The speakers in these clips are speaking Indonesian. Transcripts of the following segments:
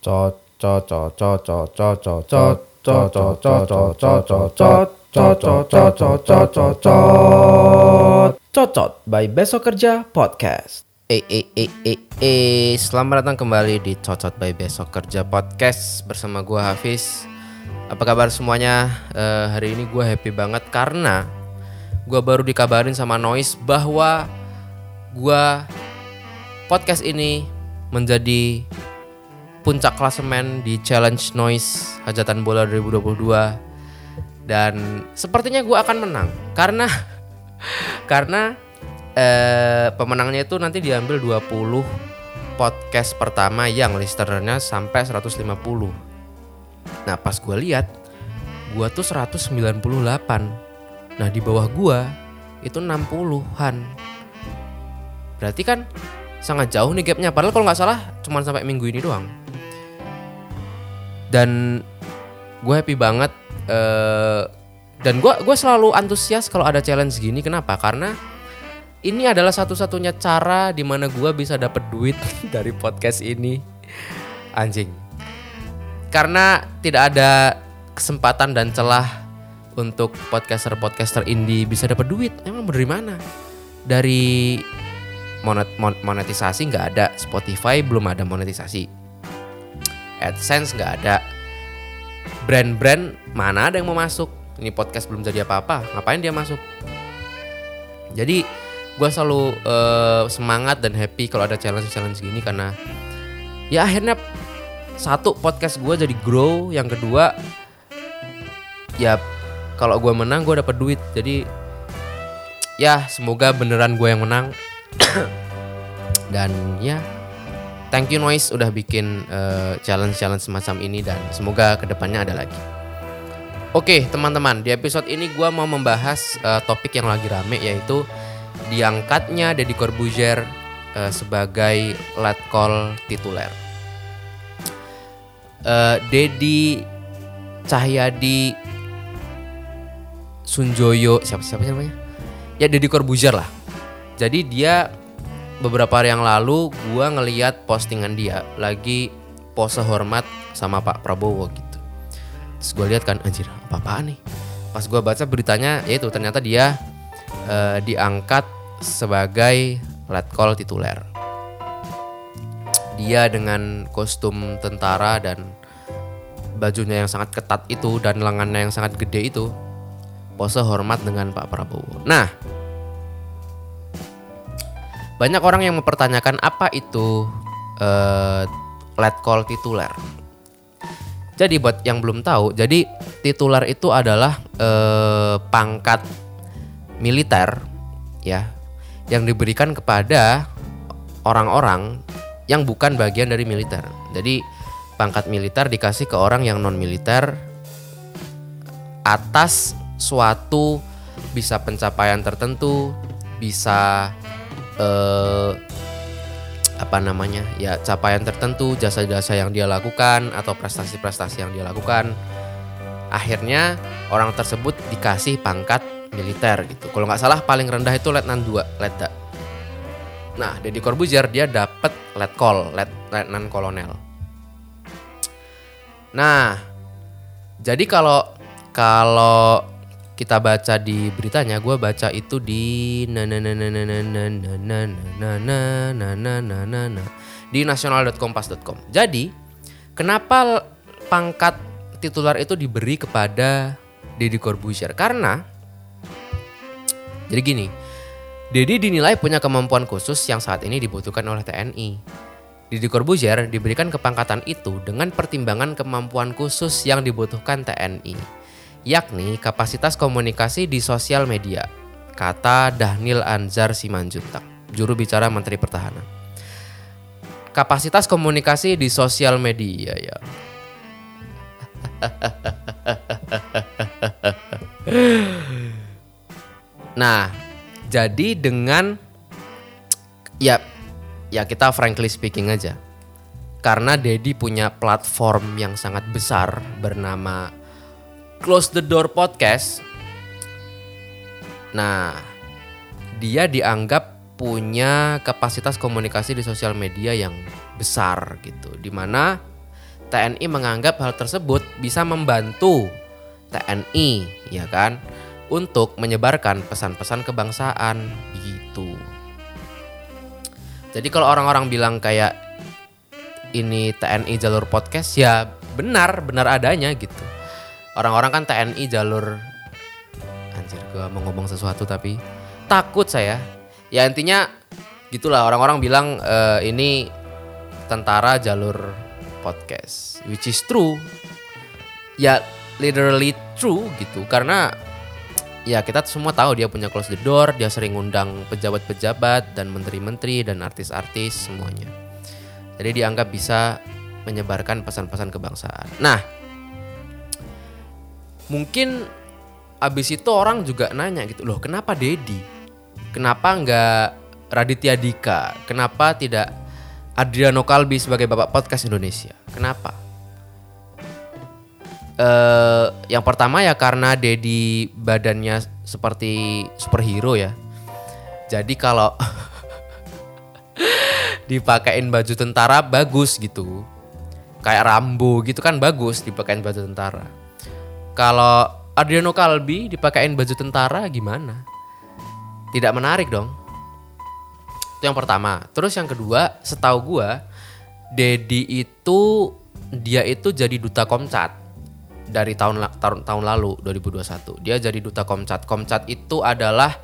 Cocot by Besok Kerja Podcast. Selamat datang kembali di Cocot by Besok Kerja Podcast bersama gue Hafiz. Apa kabar semuanya? Hari ini gue happy banget karena gue baru dikabarin sama Noise bahwa gue podcast ini menjadi puncak klasemen di Challenge Noise Hajatan Bola 2022. Dan sepertinya gue akan menang karena pemenangnya itu nanti diambil 20 podcast pertama yang listenernya sampai 150. Nah pas gue lihat, gue tuh 198. Nah di bawah gue itu 60-an. Berarti kan sangat jauh nih gapnya. Padahal kalau gak salah cuma sampai minggu ini doang. Dan gue happy banget. Dan gue selalu antusias kalau ada challenge gini. Kenapa? Karena ini adalah satu-satunya cara di mana gue bisa dapat duit dari podcast ini. Anjing. Karena tidak ada kesempatan dan celah untuk podcaster indie bisa dapat duit. Emang dari mana? Dari monetisasi nggak ada. Spotify belum ada monetisasi. AdSense nggak ada. Brand-brand mana ada yang mau masuk? Ini podcast belum jadi apa-apa, ngapain dia masuk? Jadi gue selalu semangat dan happy kalau ada challenge gini karena ya akhirnya satu podcast gue jadi grow, yang kedua ya kalau gue menang gue dapat duit. Jadi ya semoga beneran gue yang menang. Dan ya thank you Noise udah bikin challenge semacam ini dan semoga kedepannya ada lagi. Oke teman-teman, di episode ini gue mau membahas topik yang lagi rame, yaitu diangkatnya Deddy Corbuzier sebagai letkol tituler. Deddy Cahyadi Sunjoyo, siapa namanya? Ya Deddy Corbuzier lah. Jadi dia beberapa hari yang lalu gue ngeliat postingan dia lagi pose hormat sama Pak Prabowo gitu. Terus gue lihat kan, anjir apa-apaan nih. Pas gue baca beritanya, yaitu ternyata dia diangkat sebagai letkol tituler. Dia dengan kostum tentara dan bajunya yang sangat ketat itu dan lengannya yang sangat gede itu, pose hormat dengan Pak Prabowo. Nah, banyak orang yang mempertanyakan apa itu letkol tituler. Jadi buat yang belum tahu, jadi tituler itu adalah pangkat militer ya yang diberikan kepada orang-orang yang bukan bagian dari militer. Jadi pangkat militer dikasih ke orang yang non militer atas suatu bisa pencapaian tertentu, bisa capaian tertentu, jasa-jasa yang dia lakukan atau prestasi-prestasi yang dia lakukan. Akhirnya orang tersebut dikasih pangkat militer gitu. Kalau nggak salah paling rendah itu letnan 2, letda. Nah, Deddy Corbuzier dia dapat letnan kolonel. Nah, jadi kalau kita baca di beritanya, gue baca itu di di nasional.kompas.com. Jadi kenapa pangkat tituler itu diberi kepada Deddy Corbuzier? Karena jadi gini, Deddy dinilai punya kemampuan khusus yang saat ini dibutuhkan oleh TNI. Deddy Corbuzier diberikan kepangkatan itu dengan pertimbangan kemampuan khusus yang dibutuhkan TNI, yakni kapasitas komunikasi di sosial media, kata Dhanil Anzar Simanjuntak, juru bicara Menteri Pertahanan. Kapasitas komunikasi di sosial media ya. Nah, jadi dengan ya kita frankly speaking aja. Karena Deddy punya platform yang sangat besar bernama Close the Door Podcast. Nah, dia dianggap punya kapasitas komunikasi di sosial media yang besar gitu. Dimana TNI menganggap hal tersebut bisa membantu TNI, ya kan, untuk menyebarkan pesan-pesan kebangsaan gitu. Jadi kalau orang-orang bilang kayak ini TNI jalur podcast, ya benar adanya gitu. Orang-orang kan TNI jalur, anjir gue mau ngomong sesuatu tapi takut saya. Ya intinya gitulah, orang-orang bilang ini tentara jalur podcast, which is true. Ya literally true gitu, karena ya kita semua tahu dia punya close the door, dia sering ngundang pejabat-pejabat dan menteri-menteri dan artis-artis semuanya. Jadi dianggap bisa menyebarkan pesan-pesan kebangsaan. Nah, mungkin abis itu orang juga nanya gitu, loh kenapa Dedi? Kenapa nggak Raditya Dika? Kenapa tidak Adriano Kalbi sebagai bapak podcast Indonesia? Kenapa? Yang pertama ya karena Dedi badannya seperti superhero ya. Jadi kalau dipakein baju tentara bagus gitu. Kayak Rambo gitu kan bagus dipakein baju tentara. Kalau Adriano Kalbi dipakein baju tentara gimana? Tidak menarik dong. Itu yang pertama. Terus yang kedua, setahu gua Dedi itu dia itu jadi duta Komcat. Dari tahun lalu 2021 dia jadi duta Komcat. Komcat itu adalah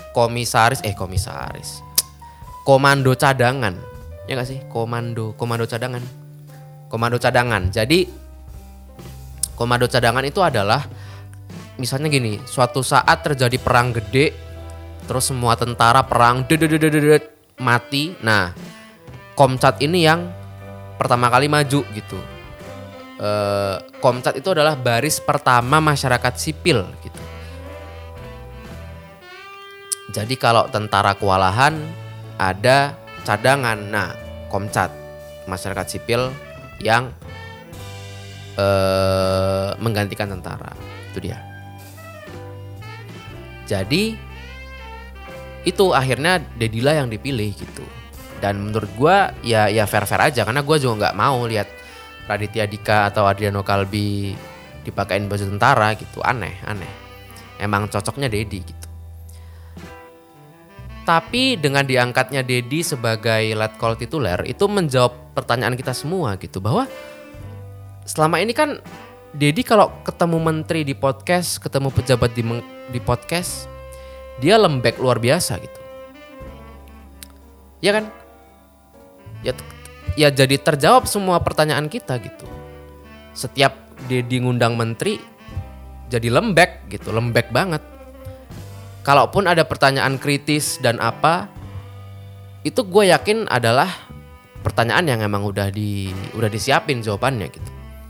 komando cadangan, ya nggak sih? Komando cadangan. Jadi komando cadangan itu adalah misalnya gini, suatu saat terjadi perang gede, terus semua tentara perang mati. Nah, Komcat ini yang pertama kali maju gitu. Komcat itu adalah baris pertama masyarakat sipil gitu. Jadi kalau tentara kewalahan ada cadangan. Nah, Komcat masyarakat sipil yang menggantikan tentara. Itu dia. Jadi itu akhirnya Dedila yang dipilih gitu. Dan menurut gue ya fair-fair aja, karena gue juga nggak mau lihat Raditya Dika atau Adriano Kalbi dipakein baju tentara gitu, aneh. Emang cocoknya Dedi gitu. Tapi dengan diangkatnya Dedi sebagai letkol tituler itu menjawab pertanyaan kita semua gitu, bahwa selama ini kan Dedi kalau ketemu menteri di podcast, ketemu pejabat di podcast, dia lembek luar biasa gitu. Ya kan? Ya jadi terjawab semua pertanyaan kita gitu. Setiap Dedi ngundang menteri jadi lembek gitu, lembek banget. Kalaupun ada pertanyaan kritis dan apa, itu gue yakin adalah pertanyaan yang emang udah disiapin jawabannya gitu.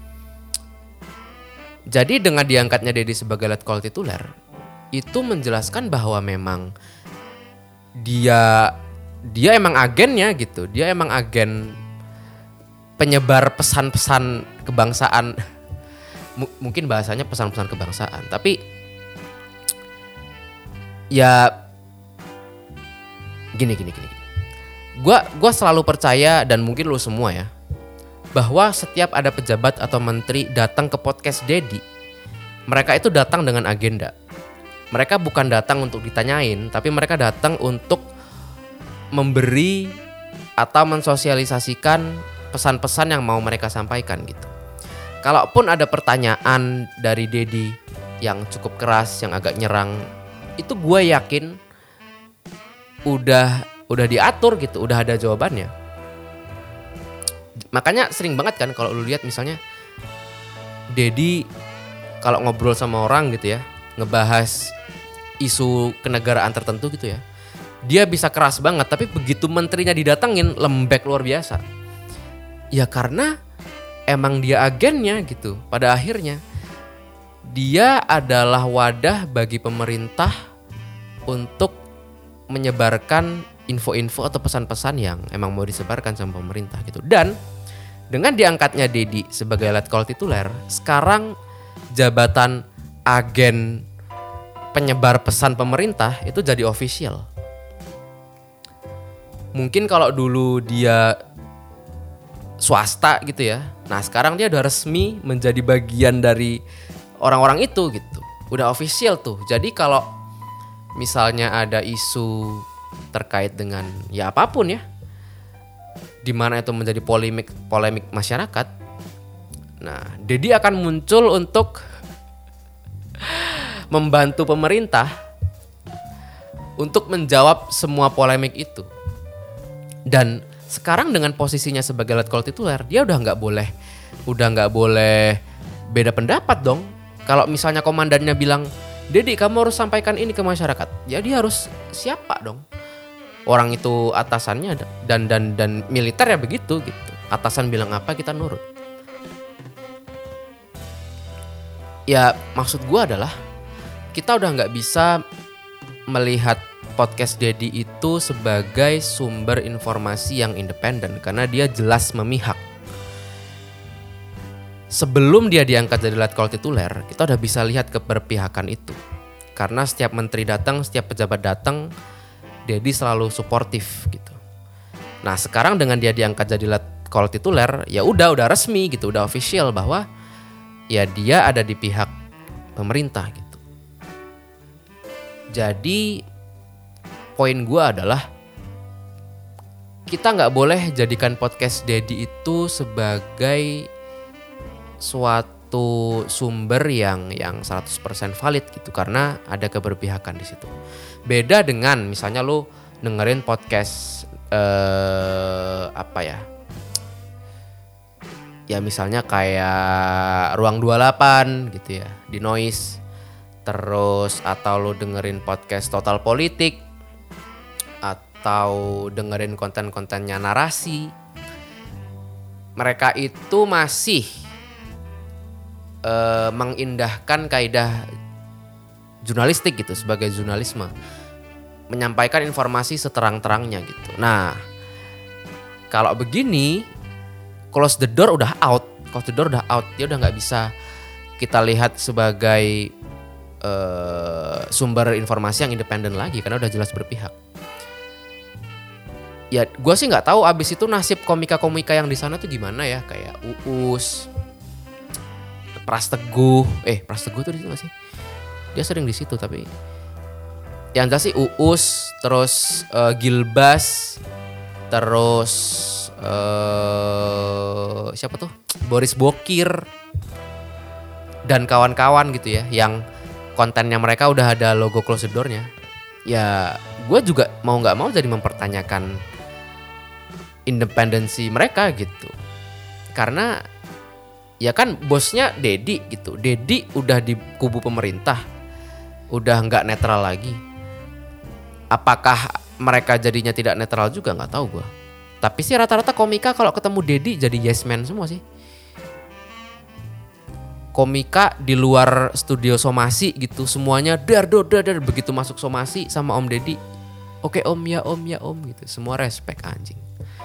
Jadi dengan diangkatnya Dedi sebagai letkol tituler, itu menjelaskan bahwa memang dia emang agennya gitu. Dia emang agen penyebar pesan-pesan kebangsaan. Mungkin bahasanya pesan-pesan kebangsaan, tapi ya gini. Gua selalu percaya, dan mungkin lu semua ya, bahwa setiap ada pejabat atau menteri datang ke podcast Dedi, mereka itu datang dengan agenda. Mereka bukan datang untuk ditanyain, tapi mereka datang untuk memberi atau mensosialisasikan pesan-pesan yang mau mereka sampaikan gitu. Kalaupun ada pertanyaan dari Dedi yang cukup keras, yang agak nyerang, itu gue yakin udah diatur gitu, udah ada jawabannya. Makanya sering banget kan kalau lu lihat misalnya Dedi kalau ngobrol sama orang gitu ya, ngebahas isu kenegaraan tertentu gitu ya, dia bisa keras banget, tapi begitu menterinya didatengin lembek luar biasa. Ya karena emang dia agennya gitu. Pada akhirnya dia adalah wadah bagi pemerintah untuk menyebarkan info-info atau pesan-pesan yang emang mau disebarkan sama pemerintah gitu. Dan dengan diangkatnya Dedi sebagai letkol tituler, sekarang jabatan agen penyebar pesan pemerintah itu jadi official. Mungkin kalau dulu dia swasta gitu ya. Nah sekarang dia udah resmi menjadi bagian dari orang-orang itu gitu. Udah official tuh. Jadi kalau misalnya ada isu terkait dengan ya apapun ya, di mana itu menjadi polemik masyarakat, nah Dedi akan muncul untuk membantu pemerintah untuk menjawab semua polemik itu. Dan sekarang dengan posisinya sebagai letkol tituler, dia udah nggak boleh beda pendapat dong. Kalau misalnya komandannya bilang, Dedi kamu harus sampaikan ini ke masyarakat, ya dia harus siapa dong. Orang itu atasannya dan militer ya begitu gitu. Atasan bilang apa kita nurut. Ya maksud gue adalah kita udah nggak bisa melihat podcast Dedi itu sebagai sumber informasi yang independen karena dia jelas memihak. Sebelum dia diangkat jadi letkol tituler, kita udah bisa lihat keberpihakan itu. Karena setiap menteri datang, setiap pejabat datang, Dedi selalu suportif gitu. Nah sekarang dengan dia diangkat jadi letkol tituler, ya udah resmi gitu, udah official bahwa ya dia ada di pihak pemerintah gitu. Jadi poin gue adalah kita nggak boleh jadikan podcast Dedi itu sebagai suatu sumber yang 100% valid gitu karena ada keberpihakan di situ. Beda dengan misalnya lu dengerin podcast ya misalnya kayak Ruang 28 gitu ya di Noise, terus atau lu dengerin podcast Total Politik atau dengerin konten-kontennya Narasi. Mereka itu masih mengindahkan kaidah jurnalistik gitu sebagai jurnalisme, menyampaikan informasi seterang-terangnya gitu. Nah kalau begini close the door udah out, dia udah nggak bisa kita lihat sebagai sumber informasi yang independen lagi karena udah jelas berpihak. Ya gue sih nggak tahu abis itu nasib komika-komika yang di sana tuh gimana ya, kayak Uus, Prasteguh tuh di situ nggak sih? Dia sering di situ tapi yang jelas sih Uus, terus Gilbas, terus siapa tuh Boris Bokir dan kawan-kawan gitu ya, yang kontennya mereka udah ada logo close the door-nya. Ya gue juga mau nggak mau jadi mempertanyakan independensi mereka gitu, karena ya kan bosnya Dedi gitu. Dedi udah di kubu pemerintah, udah nggak netral lagi. Apakah mereka jadinya tidak netral juga nggak tahu gue. Tapi sih rata-rata komika kalau ketemu Dedi jadi yes man semua sih. Komika di luar studio somasi gitu semuanya dar begitu masuk somasi sama Om Dedi, oke Om ya Om gitu, semua respect anjing.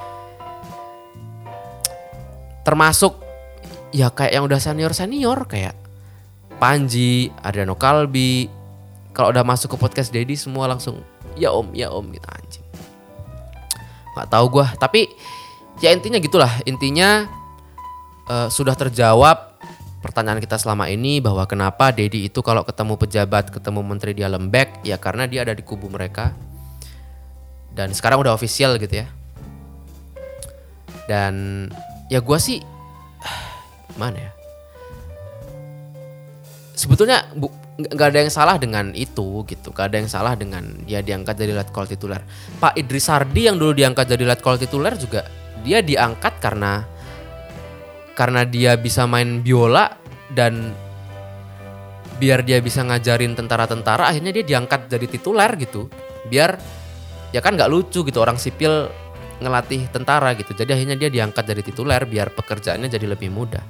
Termasuk ya kayak yang udah senior kayak Panji, Adriano Kalbi, kalau udah masuk ke podcast Dedi semua langsung ya Om gitu anjing. Nggak tahu gue, tapi ya intinya gitulah. Intinya sudah terjawab pertanyaan kita selama ini bahwa kenapa Dedi itu kalau ketemu pejabat, ketemu menteri dia lembek, ya karena dia ada di kubu mereka. Dan sekarang udah official gitu ya. Dan ya gue sih mana ya? Sebetulnya nggak ada yang salah dengan itu gitu, nggak ada yang salah dengan dia diangkat jadi letkol tituler. Pak Idris Sardi yang dulu diangkat jadi letkol tituler juga dia diangkat karena dia bisa main biola dan biar dia bisa ngajarin tentara-tentara, akhirnya dia diangkat jadi tituler gitu. Biar ya kan nggak lucu gitu orang sipil ngelatih tentara gitu. Jadi akhirnya dia diangkat jadi tituler biar pekerjaannya jadi lebih mudah.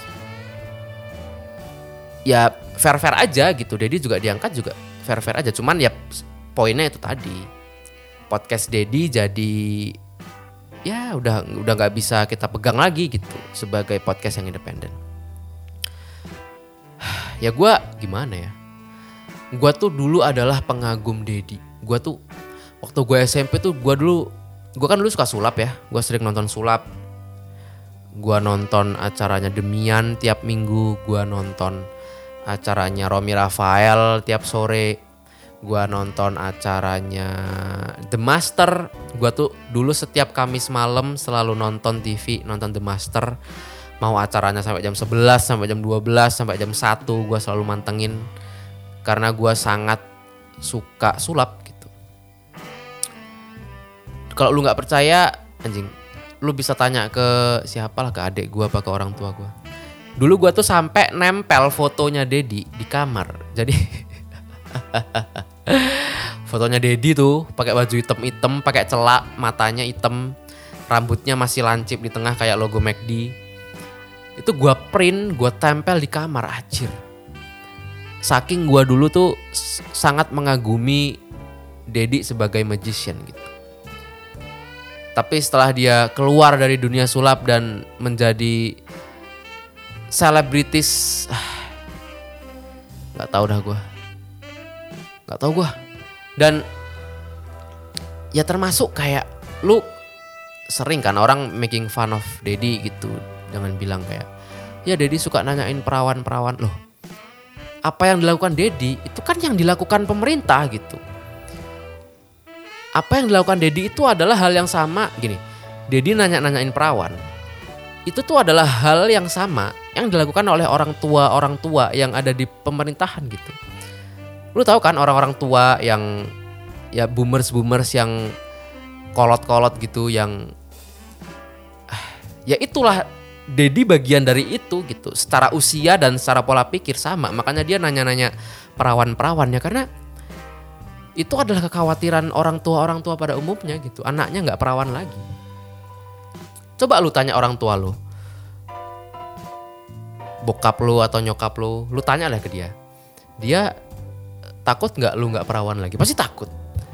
Ya fair-fair aja gitu. Dedi juga diangkat juga fair-fair aja. Cuman ya poinnya itu tadi. Podcast Dedi jadi ya udah nggak bisa kita pegang lagi gitu sebagai podcast yang independen. Ya gue gimana ya? Gue tuh dulu adalah pengagum Dedi. Gue tuh waktu gue SMP tuh gue kan dulu suka sulap ya. Gue sering nonton sulap. Gua nonton acaranya Demian tiap minggu, gua nonton acaranya Romi Rafael tiap sore, gua nonton acaranya The Master. Gua tuh dulu setiap Kamis malam selalu nonton TV, nonton The Master. Mau acaranya sampai jam 11, sampai jam 12, sampai jam 1 gua selalu mantengin karena gua sangat suka sulap gitu. Kalau lu nggak percaya, anjing, lu bisa tanya ke siapa lah, ke adik gua apa ke orang tua gua. Dulu gua tuh sampai nempel fotonya Dedi di kamar. Jadi fotonya Dedi tuh pakai baju hitam-hitam, pakai celak, matanya hitam, rambutnya masih lancip di tengah kayak logo McD. Itu gua print, gua tempel di kamar, anjir. Saking gua dulu tuh sangat mengagumi Dedi sebagai magician gitu. Tapi setelah dia keluar dari dunia sulap dan menjadi selebritis, nggak tahu dah gue, nggak tahu gue. Dan ya termasuk kayak lu sering kan orang making fun of Dedi gitu, jangan bilang kayak ya Dedi suka nanyain perawan-perawan. Loh, apa yang dilakukan Dedi itu kan yang dilakukan pemerintah gitu. Apa yang dilakukan Dedi itu adalah hal yang sama. Gini, Dedi nanya-nanyain perawan, itu tuh adalah hal yang sama yang dilakukan oleh orang tua yang ada di pemerintahan gitu. Lu tahu kan orang-orang tua yang ya boomers yang kolot-kolot gitu, yang ya itulah Dedi bagian dari itu gitu. Secara usia dan secara pola pikir sama. Makanya dia nanya-nanya perawan-perawannya karena itu adalah kekhawatiran orang tua pada umumnya gitu. Anaknya nggak perawan lagi. Coba lu tanya orang tua lu, bokap lu atau nyokap lu tanya lah ke dia. Dia takut nggak lu nggak perawan lagi? Pasti takut.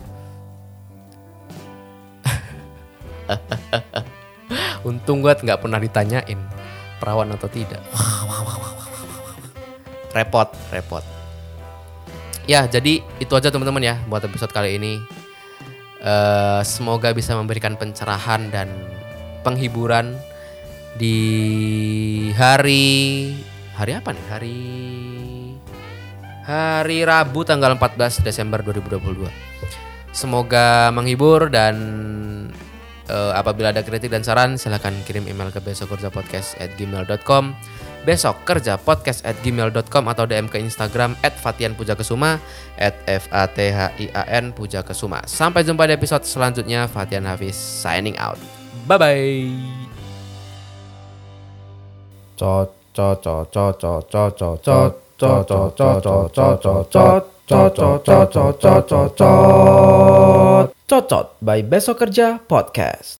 Untung gue nggak pernah ditanyain perawan atau tidak. Repot. Ya, jadi itu aja teman-teman ya buat episode kali ini. Semoga bisa memberikan pencerahan dan penghiburan di hari apa nih? Hari Rabu tanggal 14 Desember 2022. Semoga menghibur dan apabila ada kritik dan saran silakan kirim email ke besokkerjapodcast@gmail.com, besokkerjapodcast@gmail.com atau DM ke Instagram @fatianpujakesuma @FATHIAN Pujakesuma. Sampai jumpa di episode selanjutnya. Fatian Hafiz signing out. Bye bye. Cocot by Besok Kerja Podcast.